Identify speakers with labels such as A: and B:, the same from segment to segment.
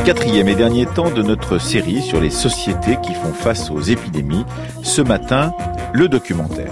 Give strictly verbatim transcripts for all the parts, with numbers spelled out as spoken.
A: Quatrième et dernier temps de notre série sur les sociétés qui font face aux épidémies. Ce matin, le documentaire.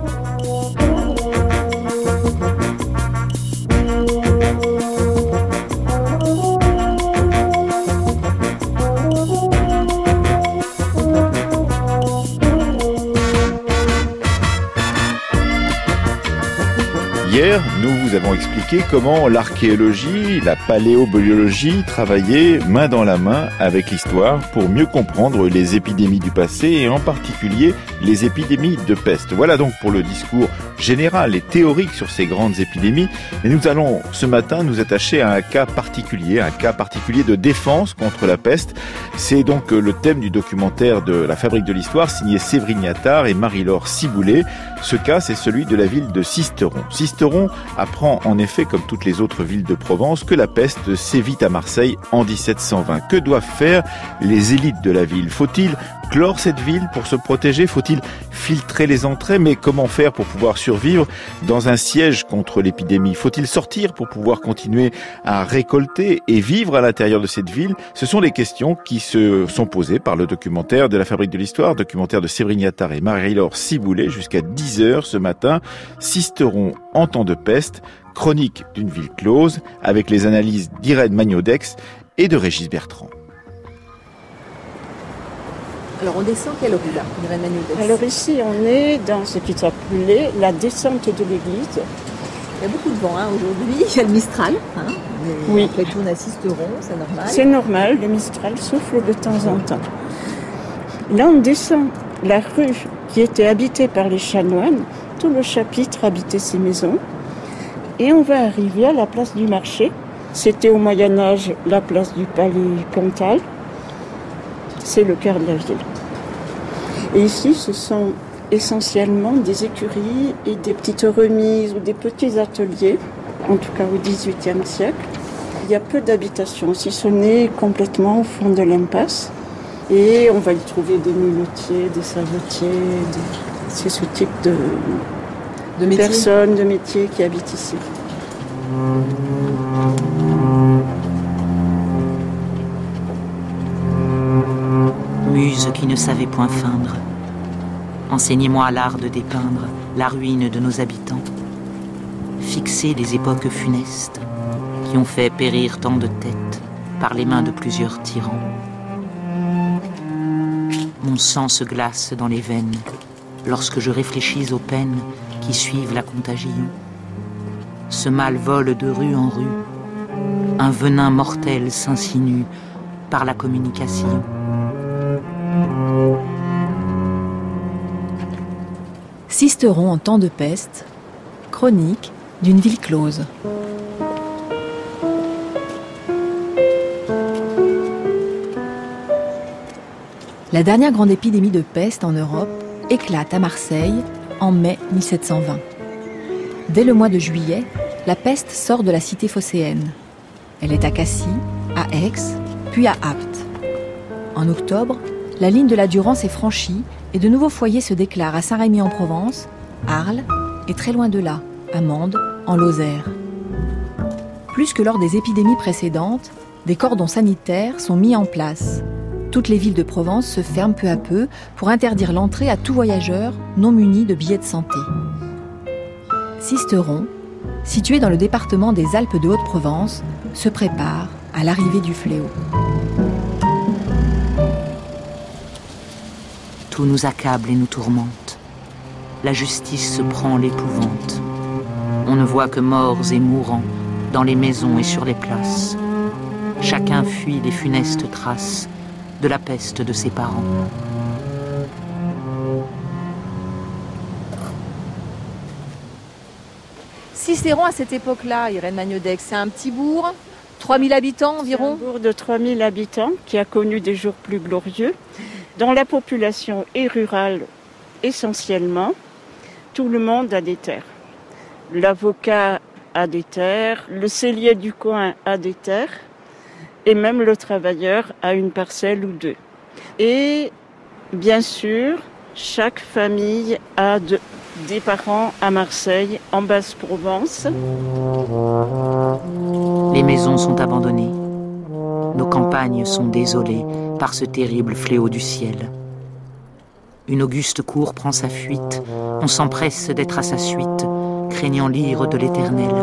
A: Hier, nous vous avons expliqué comment l'archéologie, la paléobiologie travaillaient main dans la main avec l'histoire pour mieux comprendre les épidémies du passé et en particulier les épidémies de peste. Voilà donc pour le discours général et théorique sur ces grandes épidémies. Et nous allons ce matin nous attacher à un cas particulier, un cas particulier de défense contre la peste. C'est donc le thème du documentaire de La Fabrique de l'Histoire signé Séverine Attard et Marie-Laure Ciboulet. Ce cas, c'est celui de la ville de Sisteron. Sisteron apprend en effet, comme toutes les autres villes de Provence, que la peste sévit à Marseille en dix-sept cent vingt. Que doivent faire les élites de la ville ? Faut-il clore cette ville pour se protéger ? Faut-il filtrer les entrées ? Mais comment faire pour pouvoir survivre dans un siège contre l'épidémie ? Faut-il sortir pour pouvoir continuer à récolter et vivre à l'intérieur de cette ville ? Ce sont les questions qui se sont posées par le documentaire de La Fabrique de l'Histoire, documentaire de Séverine Attard et Marie-Laure Ciboulet jusqu'à dix heures ce matin. Sisteron en temps de peste, chronique d'une ville close, avec les analyses d'Irène Magnodex et de Régis Bertrand.
B: Alors on descend quelle rue là, Irène Magnodex ?
C: Alors ici on est dans ce qui s'appelait la descente de l'église.
B: Il y a beaucoup de vent hein, aujourd'hui, il y a le Mistral. Hein,
C: oui.
B: Après tout on a Sisteron, c'est normal.
C: C'est normal, le Mistral souffle de temps en temps. Là on descend la rue qui était habitée par les chanoines. Tout le chapitre habitait ces maisons. Et on va arriver à la place du marché. C'était au Moyen-Âge la place du Palais Comtal. C'est le cœur de la ville. Et ici, ce sont essentiellement des écuries et des petites remises ou des petits ateliers, en tout cas au dix-huitième siècle. Il y a peu d'habitations, si ce n'est complètement au fond de l'impasse. Et on va y trouver des muletiers, des savetiers, des... c'est ce type de,
B: de métier.
C: personnes, de métiers qui habitent ici.
D: Muse qui ne savait point feindre, enseignez-moi l'art de dépeindre la ruine de nos habitants, fixer les époques funestes qui ont fait périr tant de têtes par les mains de plusieurs tyrans. Mon sang se glace dans les veines lorsque je réfléchis aux peines qui suivent la contagion. Ce mal vole de rue en rue, un venin mortel s'insinue par la communication.
E: Sisteron en temps de peste, chronique d'une ville close. La dernière grande épidémie de peste en Europe éclate à Marseille en mai mille sept cent vingt. Dès le mois de juillet, la peste sort de la cité phocéenne. Elle est à Cassis, à Aix, puis à Apt. En octobre, la ligne de la Durance est franchie et de nouveaux foyers se déclarent à Saint-Rémy-en-Provence, Arles et très loin de là, à Mende, en Lozère. Plus que lors des épidémies précédentes, des cordons sanitaires sont mis en place. Toutes les villes de Provence se ferment peu à peu pour interdire l'entrée à tout voyageur non muni de billets de santé. Sisteron, situé dans le département des Alpes de Haute-Provence, se prépare à l'arrivée du fléau.
D: Tout nous accable et nous tourmente. La justice se prend l'épouvante. On ne voit que morts et mourants dans les maisons et sur les places. Chacun fuit les funestes traces de la peste de ses parents.
B: Sisteron à cette époque-là, Irène Magnodex, c'est un petit bourg, trois mille habitants environ.
C: C'est un bourg de trois mille habitants qui a connu des jours plus glorieux, dont la population est rurale essentiellement. Tout le monde a des terres. L'avocat a des terres, le cellier du coin a des terres, et même le travailleur a une parcelle ou deux. Et bien sûr, chaque famille a de, des parents à Marseille, en Basse-Provence.
D: Les maisons sont abandonnées. nos campagnes sont désolées par ce terrible fléau du ciel. Une auguste cour prend sa fuite, on s'empresse d'être à sa suite, craignant l'ire de l'Éternel.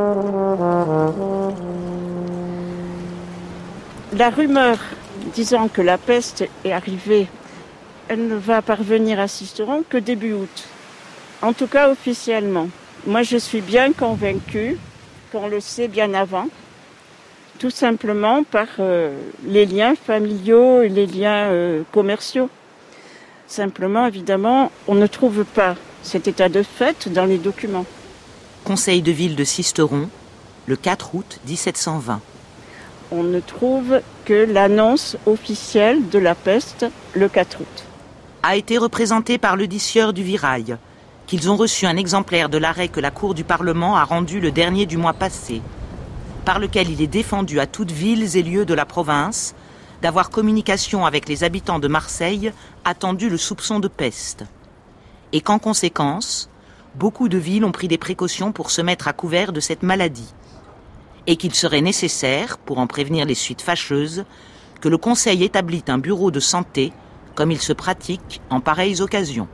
C: La rumeur disant que la peste est arrivée, elle ne va parvenir à Sisteron que début août. En tout cas officiellement. Moi je suis bien convaincue qu'on le sait bien avant, tout simplement par euh, les liens familiaux et les liens euh, commerciaux. Simplement, évidemment, on ne trouve pas cet état de fait dans les documents.
D: Conseil de ville de Sisteron, le quatre août dix-sept cent vingt.
C: On ne trouve que l'annonce officielle de la peste le quatre août.
D: A été représenté par le dicieur du Virail, qu'ils ont reçu un exemplaire de l'arrêt que la Cour du Parlement a rendu le dernier du mois passé, par lequel il est défendu à toutes villes et lieux de la province d'avoir communication avec les habitants de Marseille attendu le soupçon de peste, et qu'en conséquence, beaucoup de villes ont pris des précautions pour se mettre à couvert de cette maladie, et qu'il serait nécessaire, pour en prévenir les suites fâcheuses, que le Conseil établisse un bureau de santé comme il se pratique en pareilles occasions.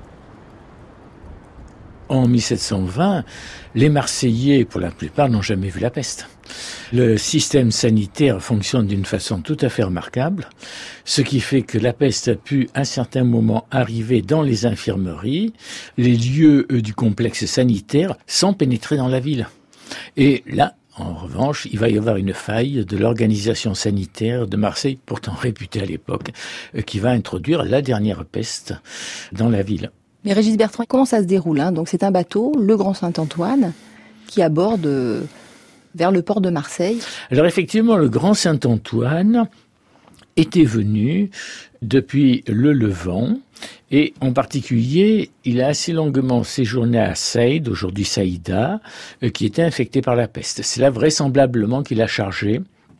F: En mille sept cent vingt, les Marseillais, pour la plupart, n'ont jamais vu la peste. Le système sanitaire fonctionne d'une façon tout à fait remarquable, ce qui fait que la peste a pu, à un certain moment, arriver dans les infirmeries, les lieux du complexe sanitaire, sans pénétrer dans la ville. Et là, en revanche, il va y avoir une faille de l'organisation sanitaire de Marseille, pourtant réputée à l'époque, qui va introduire la dernière peste dans la ville.
E: Mais Régis Bertrand, comment ça se déroule hein Donc c'est un bateau, le Grand Saint-Antoine, qui aborde euh, vers le port de Marseille.
F: Alors effectivement, le Grand Saint-Antoine était venu depuis le Levant, et en particulier, il a assez longuement séjourné à Saïd, aujourd'hui Saïda, euh, qui était infecté par la peste. C'est là vraisemblablement qu'il a chargé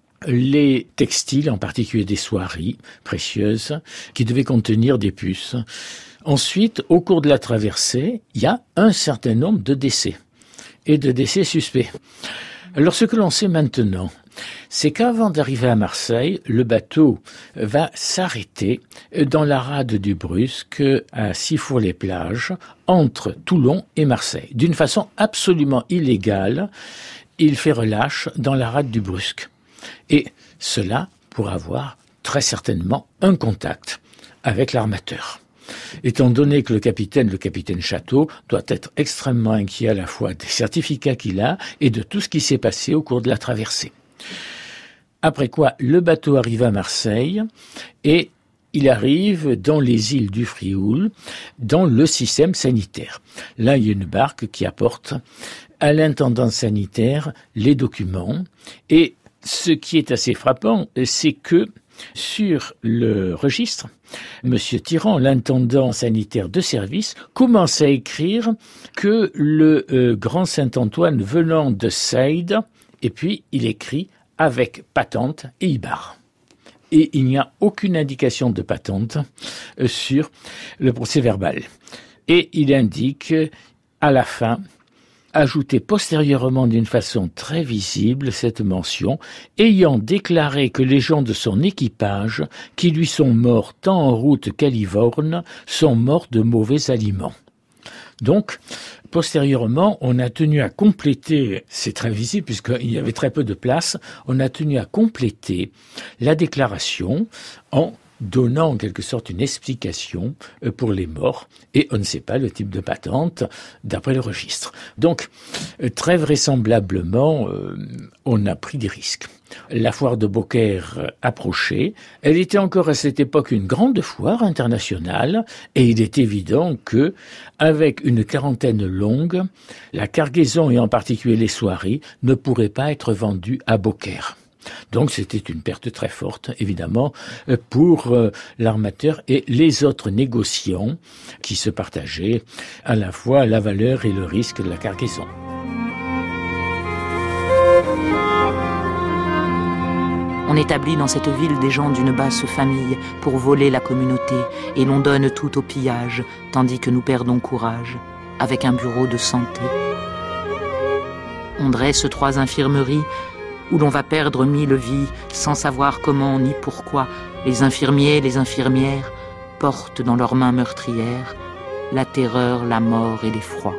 F: les textiles, en particulier des soieries précieuses, qui devaient contenir des puces. Ensuite, au cours de la traversée, il y a un certain nombre de décès, et de décès suspects. Alors ce que l'on sait maintenant, c'est qu'avant d'arriver à Marseille, le bateau va s'arrêter dans la rade du Brusque, à Sifour-les-Plages, entre Toulon et Marseille. D'une façon absolument illégale, il fait relâche dans la rade du Brusque. Et cela pour avoir très certainement un contact avec l'armateur. Étant donné que le capitaine, le capitaine Château, doit être extrêmement inquiet à la fois des certificats qu'il a et de tout ce qui s'est passé au cours de la traversée. Après quoi, le bateau arrive à Marseille et il arrive dans les îles du Frioul, dans le système sanitaire. Là, il y a une barque qui apporte à l'intendant sanitaire les documents. Et ce qui est assez frappant, c'est que sur le registre, Monsieur Tyran, l'intendant sanitaire de service, commence à écrire que le euh, Grand Saint-Antoine venant de Saïd, et puis il écrit avec patente et Ibar. Et il n'y a aucune indication de patente euh, sur le procès-verbal. Et il indique à la fin, ajouter postérieurement d'une façon très visible cette mention, ayant déclaré que les gens de son équipage, qui lui sont morts tant en route qu'à Livorno, sont morts de mauvais aliments. Donc, postérieurement, on a tenu à compléter, c'est très visible puisqu'il y avait très peu de place, on a tenu à compléter la déclaration en donnant en quelque sorte une explication pour les morts, et on ne sait pas le type de patente d'après le registre. Donc, très vraisemblablement, euh, on a pris des risques. La foire de Beaucaire approchait, elle était encore à cette époque une grande foire internationale, et il est évident que, avec une quarantaine longue, la cargaison et en particulier les soieries ne pourraient pas être vendues à Beaucaire. Donc c'était une perte très forte, évidemment, pour euh, l'armateur et les autres négociants qui se partageaient à la fois la valeur et le risque de la cargaison.
D: On établit dans cette ville des gens d'une basse famille pour voler la communauté, et l'on donne tout au pillage, tandis que nous perdons courage, avec un bureau de santé. On dresse trois infirmeries, où l'on va perdre mille vies sans savoir comment ni pourquoi les infirmiers, les infirmières portent dans leurs mains meurtrières la terreur, la mort et l'effroi.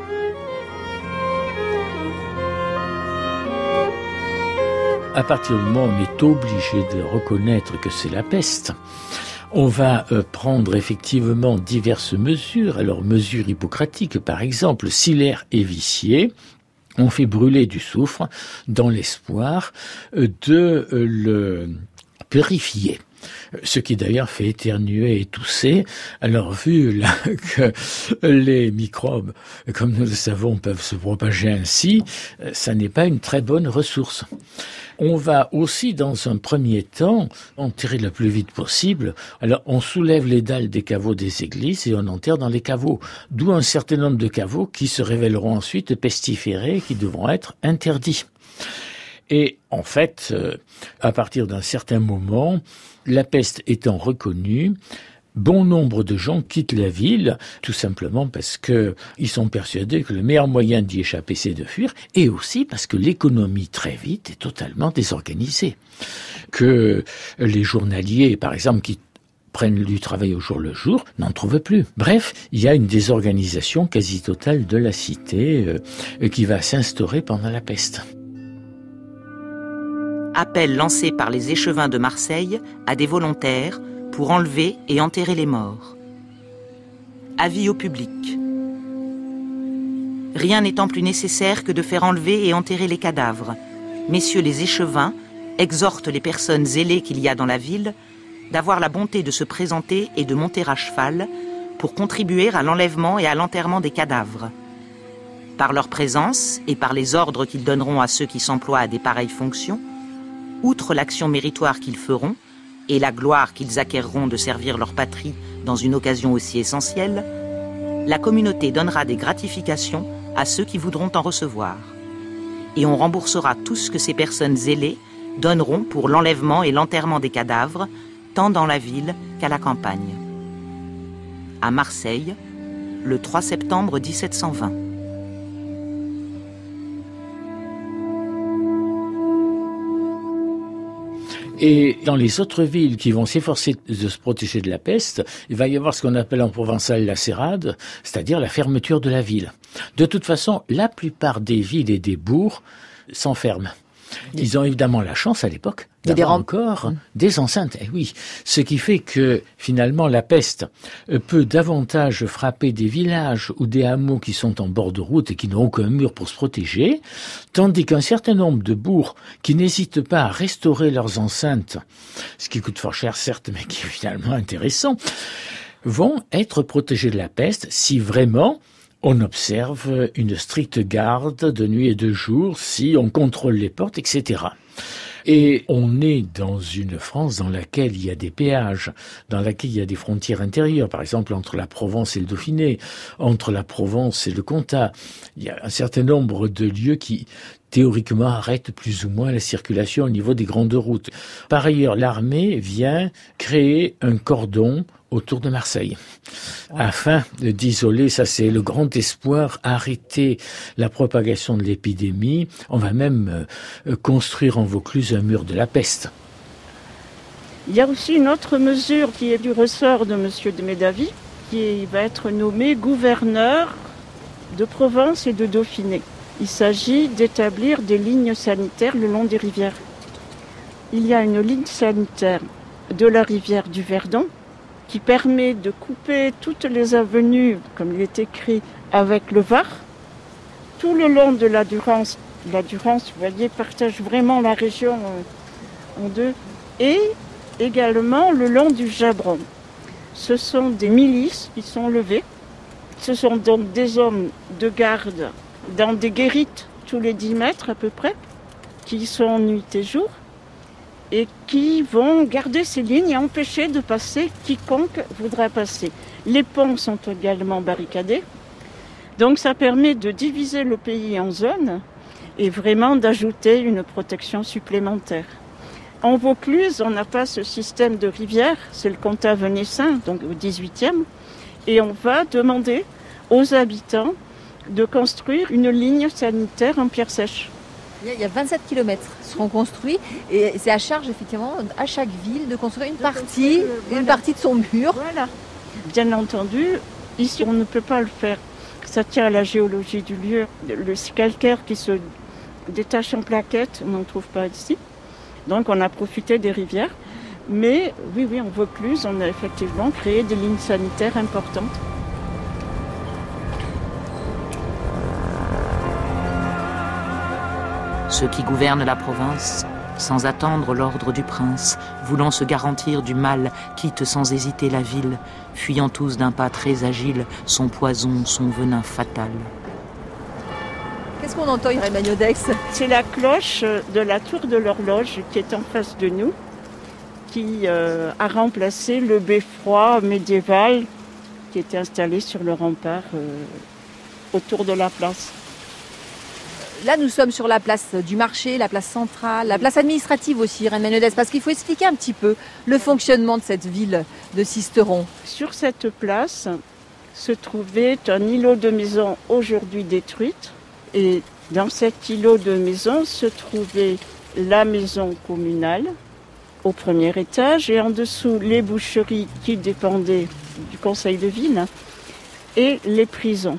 F: À partir du moment où on est obligé de reconnaître que c'est la peste, on va euh, prendre effectivement diverses mesures. Alors, mesures hippocratiques, par exemple, si l'air est vicié, on fait brûler du soufre dans l'espoir euh, de euh, le purifier. Ce qui d'ailleurs fait éternuer et tousser. Alors vu là, que les microbes, comme nous le savons, peuvent se propager ainsi, ça n'est pas une très bonne ressource. On va aussi, dans un premier temps, enterrer le plus vite possible. Alors on soulève les dalles des caveaux des églises et on enterre dans les caveaux. D'où un certain nombre de caveaux qui se révéleront ensuite pestiférés et qui devront être interdits. Et en fait, euh, à partir d'un certain moment, la peste étant reconnue, bon nombre de gens quittent la ville, tout simplement parce que ils sont persuadés que le meilleur moyen d'y échapper, c'est de fuir, et aussi parce que l'économie, très vite, est totalement désorganisée. Que les journaliers, par exemple, qui prennent du travail au jour le jour, n'en trouvent plus. Bref, il y a une désorganisation quasi totale de la cité euh, qui va s'instaurer pendant la peste.
D: Appel lancé par les échevins de Marseille à des volontaires pour enlever et enterrer les morts. Avis au public. Rien n'étant plus nécessaire que de faire enlever et enterrer les cadavres, messieurs les échevins exhortent les personnes zélées qu'il y a dans la ville d'avoir la bonté de se présenter et de monter à cheval pour contribuer à l'enlèvement et à l'enterrement des cadavres. Par leur présence et par les ordres qu'ils donneront à ceux qui s'emploient à des pareilles fonctions, outre l'action méritoire qu'ils feront et la gloire qu'ils acquerront de servir leur patrie dans une occasion aussi essentielle, la communauté donnera des gratifications à ceux qui voudront en recevoir. Et on remboursera tout ce que ces personnes zélées donneront pour l'enlèvement et l'enterrement des cadavres, tant dans la ville qu'à la campagne. À Marseille, le trois septembre dix-sept cent vingt.
F: Et dans les autres villes qui vont s'efforcer de se protéger de la peste, il va y avoir ce qu'on appelle en provençal la serrade, c'est-à-dire la fermeture de la ville. De toute façon, la plupart des villes et des bourgs s'enferment. Ils ont évidemment la chance à l'époque d'avoir encore mmh. des enceintes. Eh oui, ce qui fait que finalement la peste peut davantage frapper des villages ou des hameaux qui sont en bord de route et qui n'ont aucun mur pour se protéger, tandis qu'un certain nombre de bourgs qui n'hésitent pas à restaurer leurs enceintes, ce qui coûte fort cher certes, mais qui est finalement intéressant, vont être protégés de la peste si vraiment on observe une stricte garde de nuit et de jour, si on contrôle les portes, et cetera. Et on est dans une France dans laquelle il y a des péages, dans laquelle il y a des frontières intérieures, par exemple entre la Provence et le Dauphiné, entre la Provence et le Comtat. Il y a un certain nombre de lieux qui théoriquement arrêtent plus ou moins la circulation au niveau des grandes routes. Par ailleurs, l'armée vient créer un cordon autour de Marseille, afin d'isoler, ça c'est le grand espoir, arrêter la propagation de l'épidémie. On va même euh, construire en Vaucluse un mur de la peste.
C: Il y a aussi une autre mesure qui est du ressort de M. de Médavy, qui va être nommé gouverneur de Provence et de Dauphiné. Il s'agit d'établir des lignes sanitaires le long des rivières. Il y a une ligne sanitaire de la rivière du Verdon, qui permet de couper toutes les avenues, comme il est écrit, avec le Var. Tout le long de la Durance, la Durance, vous voyez, partage vraiment la région en deux. Et également le long du Jabron. Ce sont des milices qui sont levées. Ce sont donc des hommes de garde dans des guérites tous les dix mètres à peu près, qui sont nuit et jour, et qui vont garder ces lignes et empêcher de passer quiconque voudra passer. Les ponts sont également barricadés, donc ça permet de diviser le pays en zones et vraiment d'ajouter une protection supplémentaire. En Vaucluse, on n'a pas ce système de rivière, c'est le comtat venessin, donc au dix-huitième, et on va demander aux habitants de construire une ligne sanitaire en pierre sèche.
B: Il y a vingt-sept kilomètres qui seront construits et c'est à charge effectivement à chaque ville de construire une partie, une partie de son mur.
C: Voilà. Bien entendu, ici on ne peut pas le faire. Ça tient à la géologie du lieu. Le calcaire qui se détache en plaquettes, on n'en trouve pas ici. Donc on a profité des rivières. Mais oui, oui, en Vaucluse, on a effectivement créé des lignes sanitaires importantes.
D: Ceux qui gouvernent la province, sans attendre l'ordre du prince, voulant se garantir du mal, quittent sans hésiter la ville, fuyant tous d'un pas très agile son poison, son venin fatal.
B: Qu'est-ce qu'on entend, Irène Magnodex ?
C: C'est la cloche de la tour de l'horloge qui est en face de nous, qui euh, a remplacé le beffroi médiéval qui était installé sur le rempart euh, autour de la place.
B: Là, nous sommes sur la place du marché, la place centrale, la place administrative aussi, Irène Magnodex, parce qu'il faut expliquer un petit peu le fonctionnement de cette ville de Sisteron.
C: Sur cette place se trouvait un îlot de maisons aujourd'hui détruite. Et dans cet îlot de maisons se trouvait la maison communale au premier étage et en dessous les boucheries qui dépendaient du conseil de ville et les prisons.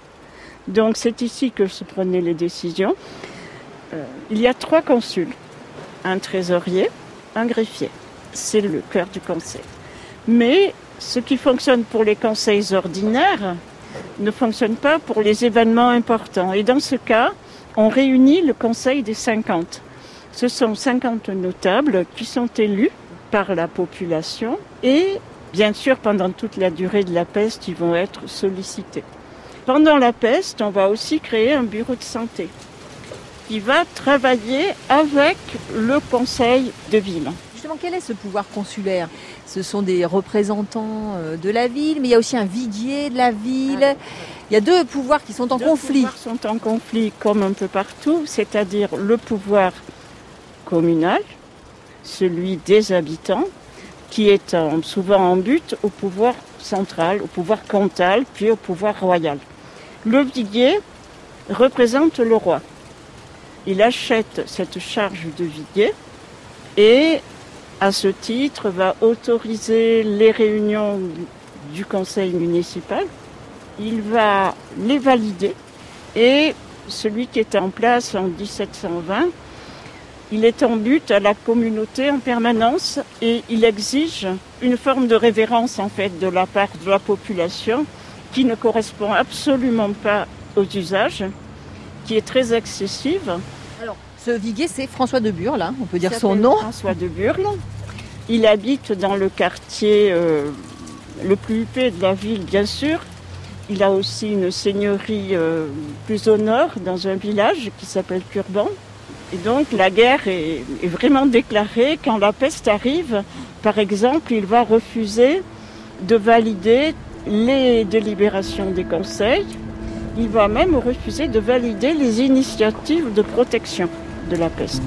C: Donc c'est ici que se prenaient les décisions. Euh, il y a trois consuls, un trésorier, un greffier. C'est le cœur du conseil. Mais ce qui fonctionne pour les conseils ordinaires ne fonctionne pas pour les événements importants. Et dans ce cas, on réunit le conseil des cinquante. Ce sont cinquante notables qui sont élus par la population et bien sûr pendant toute la durée de la peste, ils vont être sollicités. Pendant la peste, on va aussi créer un bureau de santé qui va travailler avec le conseil de ville.
B: Justement, quel est ce pouvoir consulaire ? Ce sont des représentants de la ville, mais il y a aussi un viguier de la ville. Il y a deux pouvoirs qui sont en
C: deux
B: conflit.
C: Deux pouvoirs sont en conflit comme un peu partout, c'est-à-dire le pouvoir communal, celui des habitants, qui est en, souvent en but au pouvoir central, au pouvoir comtal, puis au pouvoir royal. Le viguier représente le roi. Il achète cette charge de viguier et, à ce titre, va autoriser les réunions du conseil municipal. Il va les valider et celui qui était en place en dix-sept cent vingt, il est en but à la communauté en permanence et il exige une forme de révérence en fait de la part de la population qui ne correspond absolument pas aux usages, qui est très excessive.
B: Alors, ce viguier, c'est François de Burle, hein, on peut dire son nom.
C: François de Burle. Il habite dans le quartier euh, le plus huppé de la ville, bien sûr. Il a aussi une seigneurie euh, plus au nord, dans un village qui s'appelle Curban. Et donc, la guerre est, est vraiment déclarée. Quand la peste arrive, par exemple, il va refuser de valider les délibérations des conseils. Il va même refuser de valider les initiatives de protection de la peste.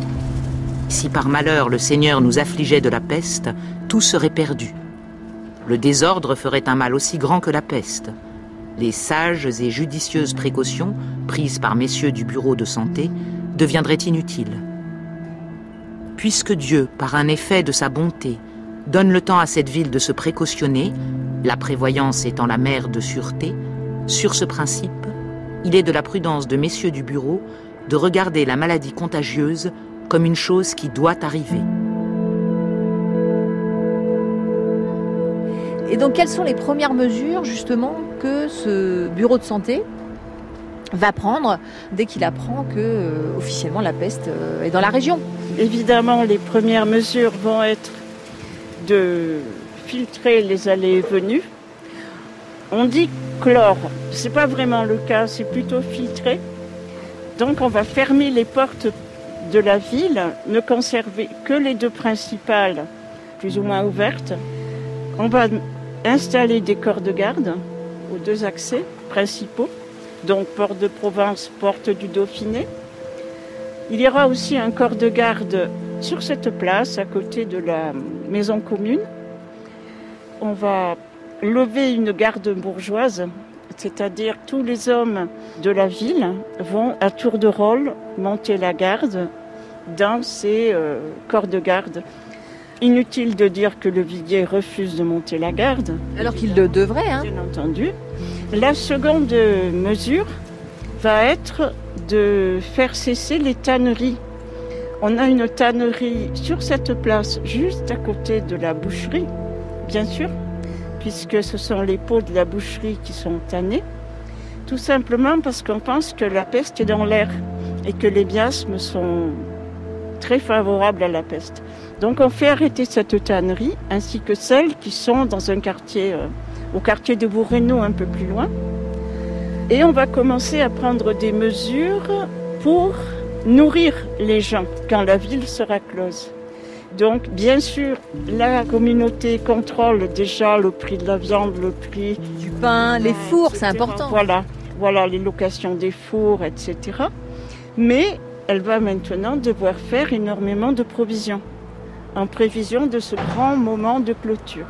D: Si par malheur le Seigneur nous affligeait de la peste, tout serait perdu. Le désordre ferait un mal aussi grand que la peste. Les sages et judicieuses précautions, prises par messieurs du bureau de santé, deviendraient inutiles. Puisque Dieu, par un effet de sa bonté, donne le temps à cette ville de se précautionner, la prévoyance étant la mère de sûreté, sur ce principe, il est de la prudence de messieurs du bureau de regarder la maladie contagieuse comme une chose qui doit arriver.
B: Et donc, quelles sont les premières mesures, justement, que ce bureau de santé va prendre dès qu'il apprend que, euh, officiellement, la peste euh, est dans la région ?
C: Évidemment, les premières mesures vont être de filtrer les allées et venues. On dit chlore, c'est pas vraiment le cas, c'est plutôt filtré. Donc on va fermer les portes de la ville, ne conserver que les deux principales, plus ou moins ouvertes. On va installer des corps de garde aux deux accès principaux, donc porte de Provence, porte du Dauphiné. Il y aura aussi un corps de garde sur cette place, à côté de la maison commune. On va lever une garde bourgeoise C'est-à-dire tous les hommes de la ville vont à tour de rôle monter la garde dans ces euh, corps de garde. Inutile de dire que le viguier refuse de monter la garde.
B: Alors qu'il le devrait, hein.
C: Bien entendu. La seconde mesure va être de faire cesser les tanneries. On a une tannerie sur cette place, juste à côté de la boucherie, bien sûr, puisque ce sont les pots de la boucherie qui sont tannés, tout simplement parce qu'on pense que la peste est dans l'air et que les miasmes sont très favorables à la peste. Donc on fait arrêter cette tannerie, ainsi que celles qui sont dans un quartier, euh, au quartier de Bourreno, un peu plus loin. Et on va commencer à prendre des mesures pour nourrir les gens quand la ville sera close. Donc, bien sûr, la communauté contrôle déjà le prix de la viande, le prix
B: du pain, les fours, c'est important.
C: Voilà, voilà les locations des fours, et cetera. Mais elle va maintenant devoir faire énormément de provisions en prévision de ce grand moment de clôture.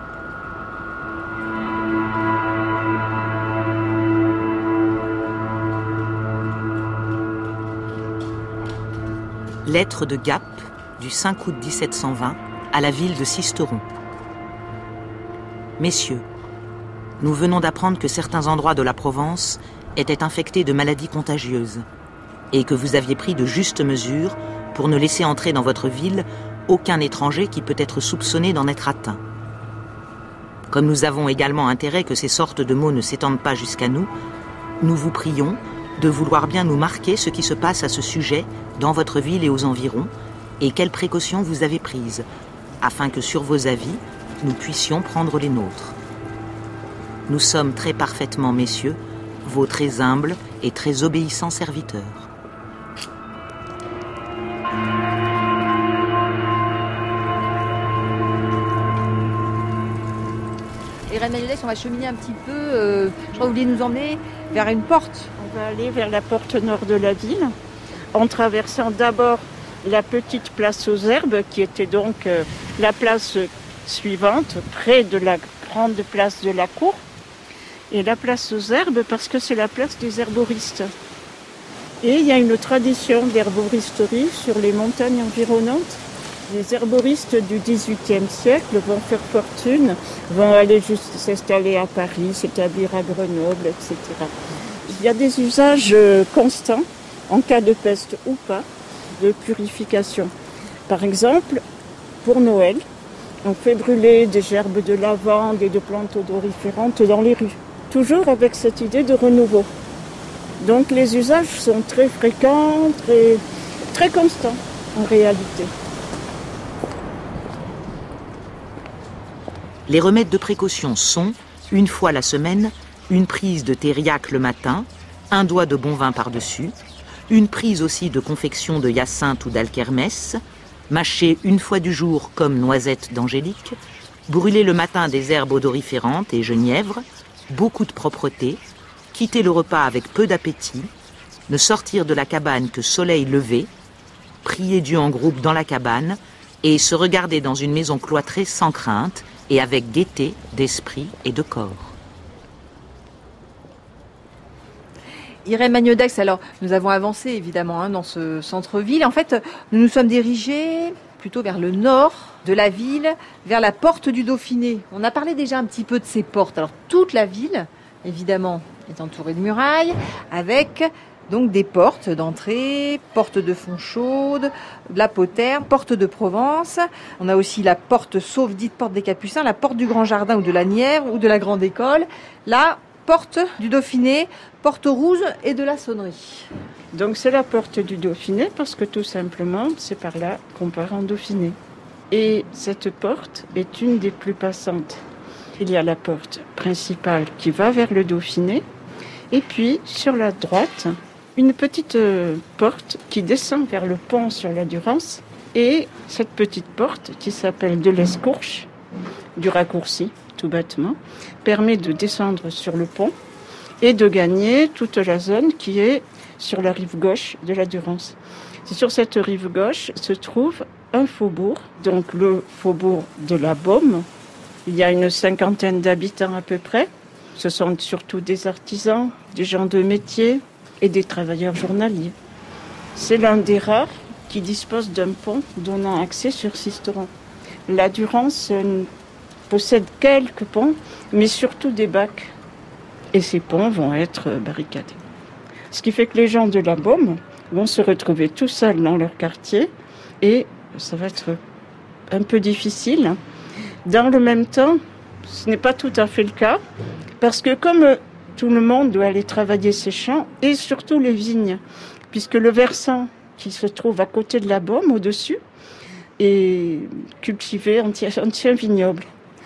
D: Lettre de Gap du cinq août dix-sept cent vingt à la ville de Sisteron. Messieurs, nous venons d'apprendre que certains endroits de la Provence étaient infectés de maladies contagieuses et que vous aviez pris de justes mesures pour ne laisser entrer dans votre ville aucun étranger qui peut être soupçonné d'en être atteint. Comme nous avons également intérêt que ces sortes de maux ne s'étendent pas jusqu'à nous, nous vous prions de vouloir bien nous marquer ce qui se passe à ce sujet dans votre ville et aux environs, et quelles précautions vous avez prises, afin que sur vos avis, nous puissions prendre les nôtres. Nous sommes très parfaitement, messieurs, vos très humbles et très obéissants serviteurs.
B: Et Reine Marie-Odès, on va cheminer un petit peu, euh, je crois que vous vouliez nous emmener vers une porte.
C: On va aller vers la porte nord de la ville, en traversant d'abord la petite place aux herbes, qui était donc euh, la place suivante, près de la grande place de la cour. Et la place aux herbes, parce que c'est la place des herboristes. Et il y a une tradition d'herboristerie sur les montagnes environnantes. Les herboristes du dix-huitième siècle vont faire fortune, vont aller juste s'installer à Paris, s'établir à Grenoble, et cetera. Il y a des usages constants, en cas de peste ou pas, de purification. Par exemple, pour Noël, on fait brûler des gerbes de lavande et de plantes odoriférantes dans les rues. Toujours avec cette idée de renouveau. Donc les usages sont très fréquents, très, très constants en réalité.
D: Les remèdes de précaution sont, une fois la semaine, une prise de thériaque le matin, un doigt de bon vin par-dessus, une prise aussi de confection de hyacinthe ou d'alkermès, mâcher une fois du jour comme noisette d'angélique, brûler le matin des herbes odoriférantes et genièvre, beaucoup de propreté, quitter le repas avec peu d'appétit, ne sortir de la cabane que soleil levé, prier Dieu en groupe dans la cabane et se regarder dans une maison cloîtrée sans crainte et avec gaieté d'esprit et de corps.
B: Irène Magnodex, alors nous avons avancé évidemment hein, dans ce centre-ville. En fait, nous nous sommes dirigés plutôt vers le nord de la ville, vers la porte du Dauphiné. On a parlé déjà un petit peu de ces portes. Alors toute la ville, évidemment, est entourée de murailles, avec donc des portes d'entrée, porte de Fontchaude, de la Poterne, porte de Provence. On a aussi la porte sauve dite porte des Capucins, la porte du Grand Jardin ou de la Nièvre ou de la Grande École. La porte du Dauphiné, porte rouge et de la Sonnerie.
C: Donc c'est la porte du Dauphiné parce que tout simplement c'est par là qu'on part en Dauphiné. Et cette porte est une des plus passantes. Il y a la porte principale qui va vers le Dauphiné et puis sur la droite une petite porte qui descend vers le pont sur la Durance et cette petite porte qui s'appelle de l'Escourche, du raccourci tout bêtement, permet de descendre sur le pont et de gagner toute la zone qui est sur la rive gauche de la Durance. C'est sur cette rive gauche se trouve un faubourg, donc le faubourg de la Baume. Il y a une cinquantaine d'habitants à peu près. Ce sont surtout des artisans, des gens de métier et des travailleurs journaliers. C'est l'un des rares qui dispose d'un pont donnant accès sur Sisteron. La Durance euh, possède quelques ponts, mais surtout des bacs. Et ces ponts vont être barricadés. Ce qui fait que les gens de la Baume vont se retrouver tout seuls dans leur quartier et ça va être un peu difficile. Dans le même temps, ce n'est pas tout à fait le cas, parce que comme tout le monde doit aller travailler ses champs et surtout les vignes, puisque le versant qui se trouve à côté de la Baume, au-dessus, est cultivé entier, entier vignoble.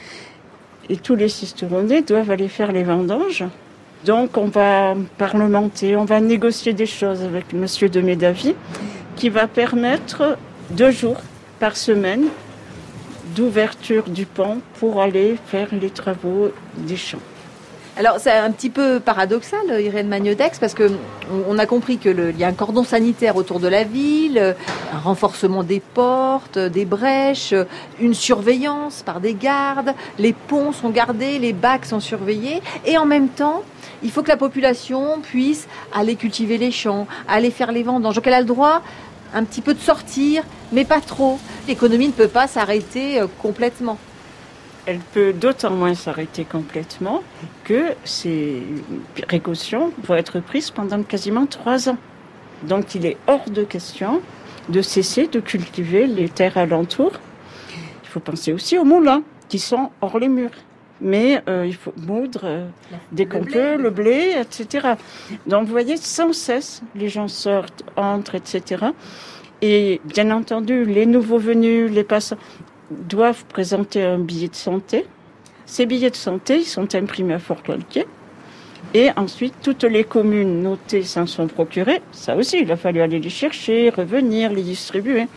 C: Et tous les Sisteronnais doivent aller faire les vendanges. Donc on va parlementer, on va négocier des choses avec Monsieur de Médavy, qui va permettre deux jours par semaine d'ouverture du pont pour aller faire les travaux des champs.
B: Alors c'est un petit peu paradoxal, Irène Magnodex, parce que on a compris que le, il y a un cordon sanitaire autour de la ville, un renforcement des portes, des brèches, une surveillance par des gardes, les ponts sont gardés, les bacs sont surveillés, et en même temps, il faut que la population puisse aller cultiver les champs, aller faire les vendanges. Donc elle a le droit un petit peu de sortir, mais pas trop. L'économie ne peut pas s'arrêter complètement.
C: Elle peut d'autant moins s'arrêter complètement que ces précautions vont être prises pendant quasiment trois ans. Donc il est hors de question de cesser de cultiver les terres alentours. Il faut penser aussi aux moulins qui sont hors les murs. Mais euh, il faut moudre euh, dès qu'on peut, le blé, et cetera. Donc vous voyez, sans cesse, les gens sortent, entrent, et cetera. Et bien entendu, les nouveaux venus, les passants, doivent présenter un billet de santé. Ces billets de santé, ils sont imprimés à Forcalquier. Et ensuite, toutes les communes notées s'en sont procurées. Ça aussi, il a fallu aller les chercher, revenir, les distribuer.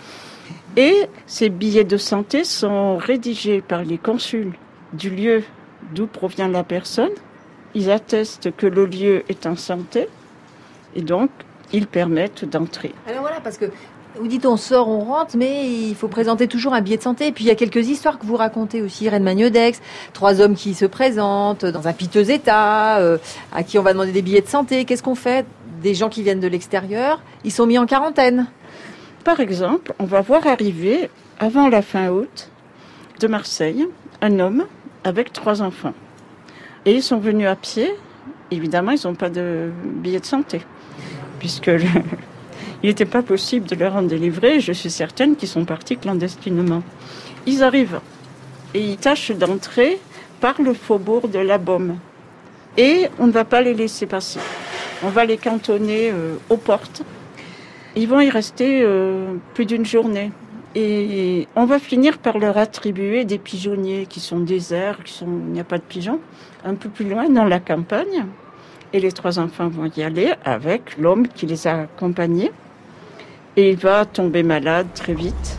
C: Et ces billets de santé sont rédigés par les consuls du lieu d'où provient la personne. Ils attestent que le lieu est en santé. Et donc, ils permettent d'entrer.
B: Alors voilà, parce que vous dites on sort, on rentre, mais il faut présenter toujours un billet de santé. Et puis il y a quelques histoires que vous racontez aussi, Irène Magnodex. Trois hommes qui se présentent dans un piteux état, euh, à qui on va demander des billets de santé. Qu'est-ce qu'on fait? Des gens qui viennent de l'extérieur, ils sont mis en quarantaine.
C: Par exemple, on va voir arriver, avant la fin août, de Marseille, un homme avec trois enfants. Et ils sont venus à pied. Évidemment, ils n'ont pas de billet de santé, puisque le... il n'était pas possible de leur en délivrer. Je suis certaine qu'ils sont partis clandestinement. Ils arrivent et ils tâchent d'entrer par le faubourg de la Baume. Et on ne va pas les laisser passer. On va les cantonner euh, aux portes. Ils vont y rester euh, plus d'une journée. Et on va finir par leur attribuer des pigeonniers qui sont déserts, qui sont, il n'y a pas de pigeons, un peu plus loin dans la campagne. Et les trois enfants vont y aller avec l'homme qui les a accompagnés. Et il va tomber malade très vite.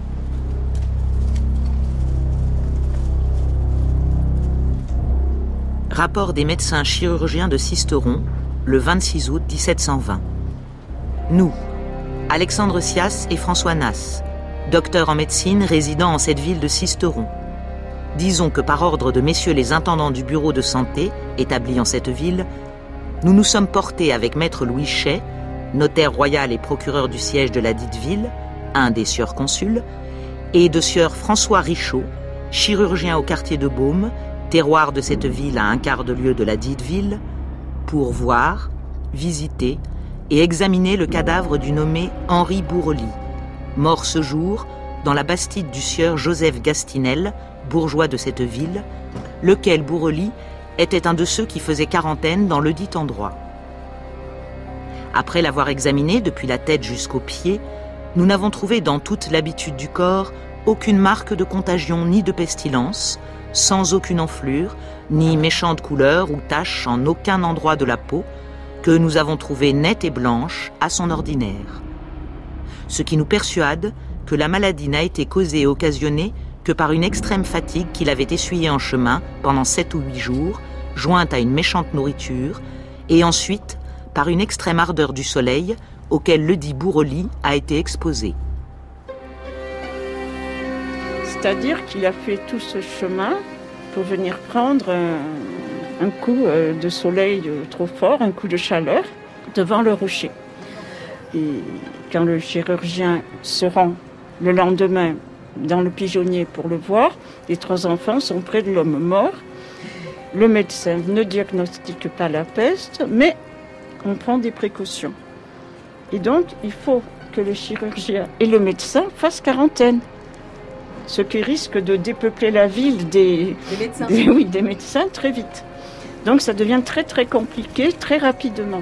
D: Rapport des médecins chirurgiens de Sisteron, le vingt-six août dix-sept cent vingt. Nous, Alexandre Sias et François Nasse, docteurs en médecine résidant en cette ville de Sisteron. Disons que par ordre de messieurs les intendants du bureau de santé, établis en cette ville, nous nous sommes portés avec maître Louis Chay, notaire royal et procureur du siège de la dite ville, un des sieurs consuls, et de sieur François Richaud, chirurgien au quartier de Baume, terroir de cette ville à un quart de lieue de la dite ville, pour voir, visiter et examiner le cadavre du nommé Henri Bourrely, mort ce jour dans la bastide du sieur Joseph Gastinel, bourgeois de cette ville, lequel Bourrely était un de ceux qui faisaient quarantaine dans le dit endroit. Après l'avoir examiné depuis la tête jusqu'aux pieds, nous n'avons trouvé dans toute l'habitude du corps aucune marque de contagion ni de pestilence, sans aucune enflure, ni méchante couleur ou tache en aucun endroit de la peau, que nous avons trouvée nette et blanche à son ordinaire. Ce qui nous persuade que la maladie n'a été causée et occasionnée que par une extrême fatigue qu'il avait essuyée en chemin pendant sept ou huit jours, jointe à une méchante nourriture, et ensuite par une extrême ardeur du soleil auquel le dit Bourrely a été exposé.
C: C'est-à-dire qu'il a fait tout ce chemin pour venir prendre un un coup de soleil trop fort, un coup de chaleur, devant le rocher. Et quand le chirurgien se rend le lendemain dans le pigeonnier pour le voir, les trois enfants sont près de l'homme mort. Le médecin ne diagnostique pas la peste, mais on prend des précautions. Et donc, il faut que le chirurgien et le médecin fassent quarantaine. Ce qui risque de dépeupler la ville des,
B: des, médecins.
C: Des, oui, des médecins très vite. Donc ça devient très très compliqué, très rapidement.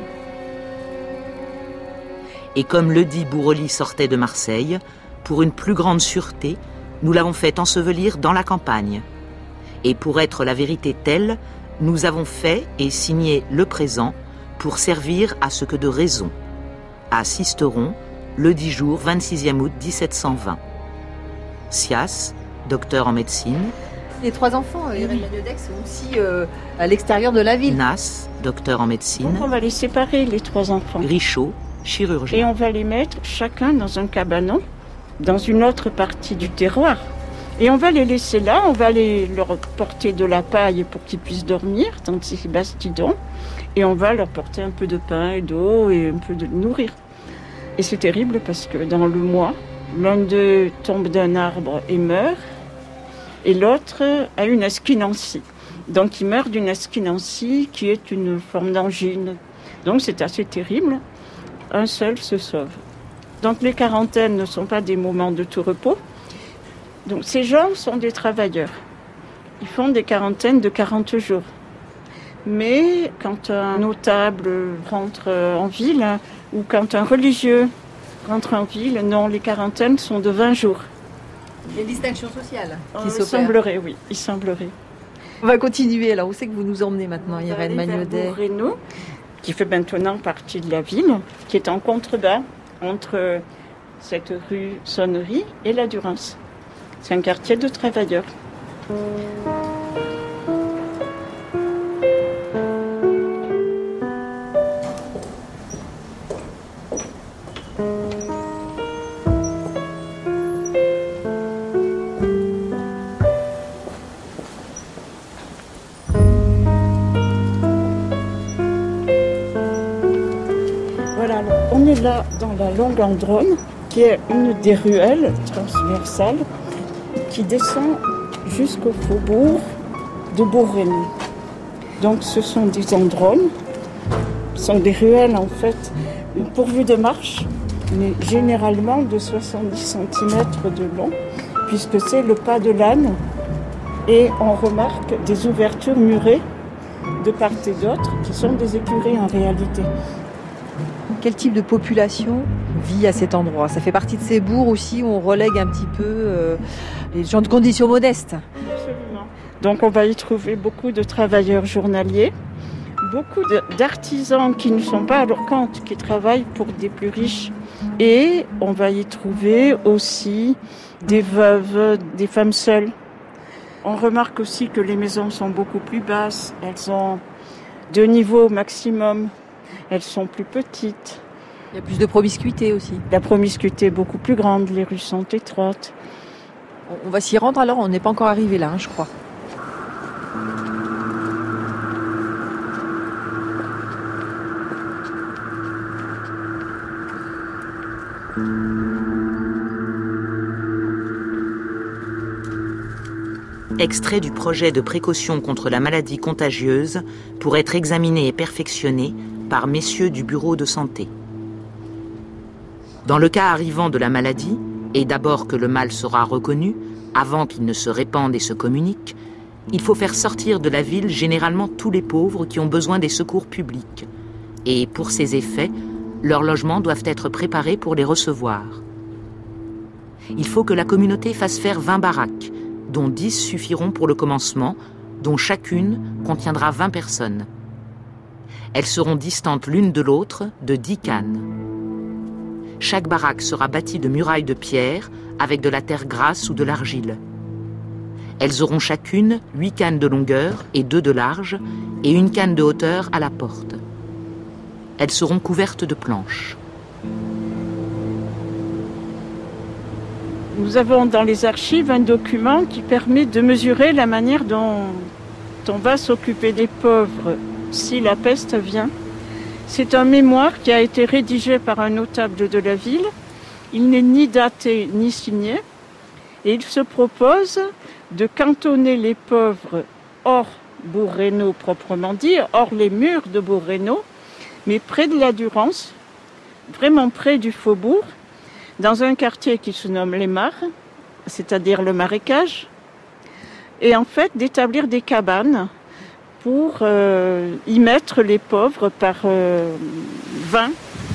D: Et comme le dit Bourrely sortait de Marseille, pour une plus grande sûreté, nous l'avons fait ensevelir dans la campagne. Et pour être la vérité telle, nous avons fait et signé le présent pour servir à ce que de raison. À Sisteron, le dix jour vingt-sixième août dix-sept cent vingt. Sias, docteur en médecine.
B: Les trois enfants, Irène Magnodex, sont aussi euh, à l'extérieur de la ville.
D: Nas, docteur en médecine.
C: Donc on va les séparer, les trois enfants.
D: Richaud, chirurgien.
C: Et on va les mettre chacun dans un cabanon, dans une autre partie du terroir. Et on va les laisser là, on va les, leur porter de la paille pour qu'ils puissent dormir dans ces bastidons. Et on va leur porter un peu de pain et d'eau et un peu de nourrir. Et c'est terrible parce que dans le mois, l'un d'eux tombe d'un arbre et meurt, et l'autre a une asquinancie. Donc il meurt d'une asquinancie qui est une forme d'angine. Donc c'est assez terrible. Un seul se sauve. Donc les quarantaines ne sont pas des moments de tout repos. Donc ces gens sont des travailleurs. Ils font des quarantaines de quarante jours. Mais quand un notable rentre en ville, ou quand un religieux rentre en ville, non, les quarantaines sont de vingt jours.
B: Il y a une distinction sociale qui
C: euh,
B: s'opère.
C: Il semblerait, oui, il semblerait.
B: On va continuer. Alors, où c'est que vous nous emmenez maintenant, Irène Magnodet ?
C: Bourreno, qui fait maintenant partie de la ville, qui est en contrebas entre cette rue Sonnerie et la Durance. C'est un quartier de travailleurs. Voilà, on est là dans la longue Androne, qui est une des ruelles transversales qui descend jusqu'au faubourg de Bourreno. Donc ce sont des andrones, ce sont des ruelles en fait pourvues de marches, mais généralement de soixante-dix centimètres de long, puisque c'est le pas de l'âne, et on remarque des ouvertures murées de part et d'autre, qui sont des écuries en réalité.
B: Quel type de population vit à cet endroit ? Ça fait partie de ces bourgs aussi où on relègue un petit peu euh, les gens de conditions modestes.
C: Absolument. Donc on va y trouver beaucoup de travailleurs journaliers, beaucoup de, d'artisans qui ne sont pas à leur compte, qui travaillent pour des plus riches. Et on va y trouver aussi des veuves, des femmes seules. On remarque aussi que les maisons sont beaucoup plus basses, elles ont deux niveaux maximum. Elles sont plus petites.
B: Il y a plus de promiscuité aussi.
C: La promiscuité est beaucoup plus grande, les rues sont étroites.
B: On va s'y rendre alors, on n'est pas encore arrivé là, hein, je crois.
D: Extrait du projet de précaution contre la maladie contagieuse pour être examiné et perfectionné par messieurs du bureau de santé. Dans le cas arrivant de la maladie, et d'abord que le mal sera reconnu, avant qu'il ne se répande et se communique, il faut faire sortir de la ville généralement tous les pauvres qui ont besoin des secours publics. Et pour ces effets, leurs logements doivent être préparés pour les recevoir. Il faut que la communauté fasse faire vingt baraques, dont dix suffiront pour le commencement, dont chacune contiendra vingt personnes. Elles seront distantes l'une de l'autre de dix cannes. Chaque baraque sera bâtie de murailles de pierre avec de la terre grasse ou de l'argile. Elles auront chacune huit cannes de longueur et deux de large et une canne de hauteur à la porte. Elles seront couvertes de planches.
C: Nous avons dans les archives un document qui permet de mesurer la manière dont fait, on va s'occuper des pauvres si la peste vient. C'est un mémoire qui a été rédigé par un notable de la ville. Il n'est ni daté ni signé. Et il se propose de cantonner les pauvres hors Bourg-Reynaud proprement dit, hors les murs de Bourg-Reynaud, mais près de la Durance, vraiment près du faubourg, dans un quartier qui se nomme les Mares, c'est-à-dire le marécage, et en fait d'établir des cabanes pour euh, y mettre les pauvres par euh, vingt.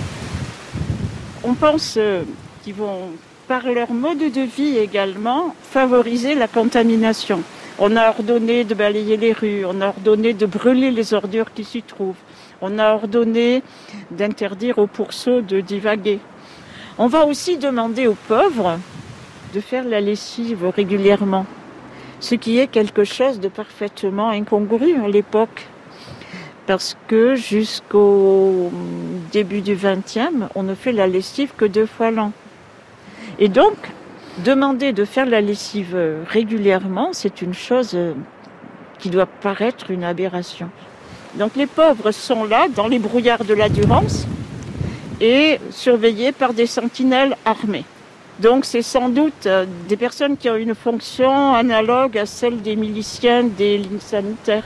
C: On pense euh, qu'ils vont, par leur mode de vie également, favoriser la contamination. On a ordonné de balayer les rues, on a ordonné de brûler les ordures qui s'y trouvent, on a ordonné d'interdire aux pourceaux de divaguer. On va aussi demander aux pauvres de faire la lessive régulièrement, ce qui est quelque chose de parfaitement incongru à l'époque. Parce que jusqu'au début du vingtième, on ne fait la lessive que deux fois l'an. Et donc, demander de faire la lessive régulièrement, c'est une chose qui doit paraître une aberration. Donc les pauvres sont là, dans les brouillards de la Durance, et surveillés par des sentinelles armées. Donc c'est sans doute des personnes qui ont une fonction analogue à celle des miliciens des lignes sanitaires.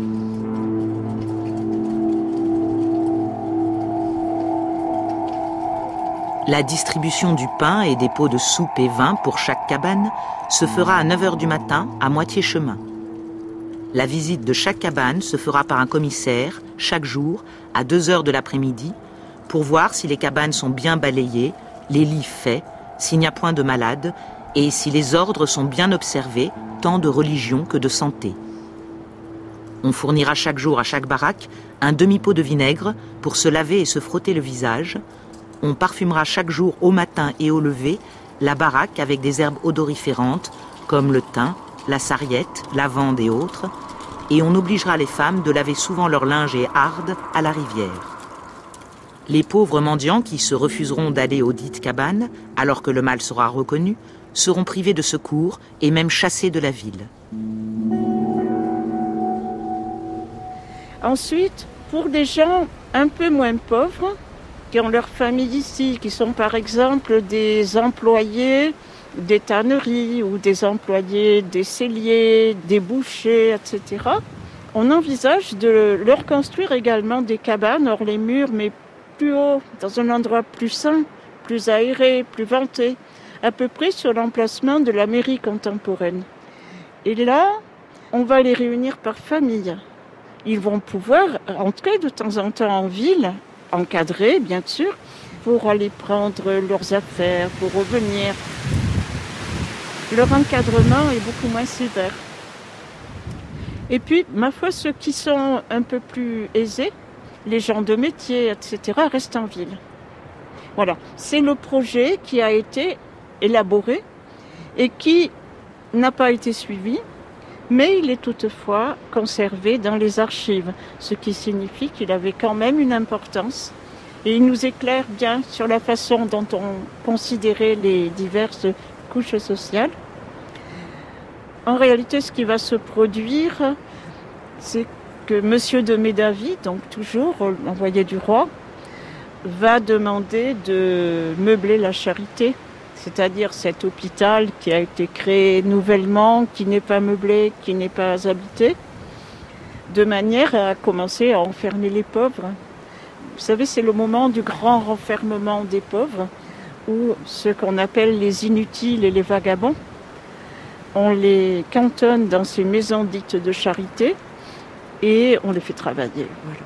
D: La distribution du pain et des pots de soupe et vin pour chaque cabane se fera à neuf heures du matin, à moitié chemin. La visite de chaque cabane se fera par un commissaire, chaque jour, à deux heures de l'après-midi, pour voir si les cabanes sont bien balayées, les lits faits, s'il n'y a point de malades, et si les ordres sont bien observés, tant de religion que de santé. On fournira chaque jour à chaque baraque un demi-pot de vinaigre pour se laver et se frotter le visage. On parfumera chaque jour au matin et au lever la baraque avec des herbes odoriférantes comme le thym, la sarriette, lavande et autres, et on obligera les femmes de laver souvent leur linge et hardes à la rivière. Les pauvres mendiants qui se refuseront d'aller aux dites cabanes, alors que le mal sera reconnu, seront privés de secours et même chassés de la ville.
C: Ensuite, pour des gens un peu moins pauvres, qui ont leur famille ici, qui sont par exemple des employés des tanneries ou des employés des celliers, des bouchers, et cetera, on envisage de leur construire également des cabanes hors les murs, mais plus haut, dans un endroit plus sain, plus aéré, plus venté, à peu près sur l'emplacement de la mairie contemporaine. Et là, on va les réunir par famille. Ils vont pouvoir entrer de temps en temps en ville, encadrés bien sûr, pour aller prendre leurs affaires, pour revenir. Leur encadrement est beaucoup moins sévère. Et puis, ma foi, ceux qui sont un peu plus aisés, les gens de métier, et cetera, restent en ville. Voilà, c'est le projet qui a été élaboré et qui n'a pas été suivi, mais il est toutefois conservé dans les archives, ce qui signifie qu'il avait quand même une importance. Et il nous éclaire bien sur la façon dont on considérait les diverses couches sociales. En réalité, ce qui va se produire, c'est que Monsieur de Médavy, donc toujours l'envoyé du roi, va demander de meubler la Charité, c'est-à-dire cet hôpital qui a été créé nouvellement, qui n'est pas meublé, qui n'est pas habité, de manière à commencer à enfermer les pauvres. Vous savez, c'est le moment du grand renfermement des pauvres, où ce qu'on appelle les inutiles et les vagabonds, on les cantonne dans ces maisons dites de charité et on les fait travailler. Voilà.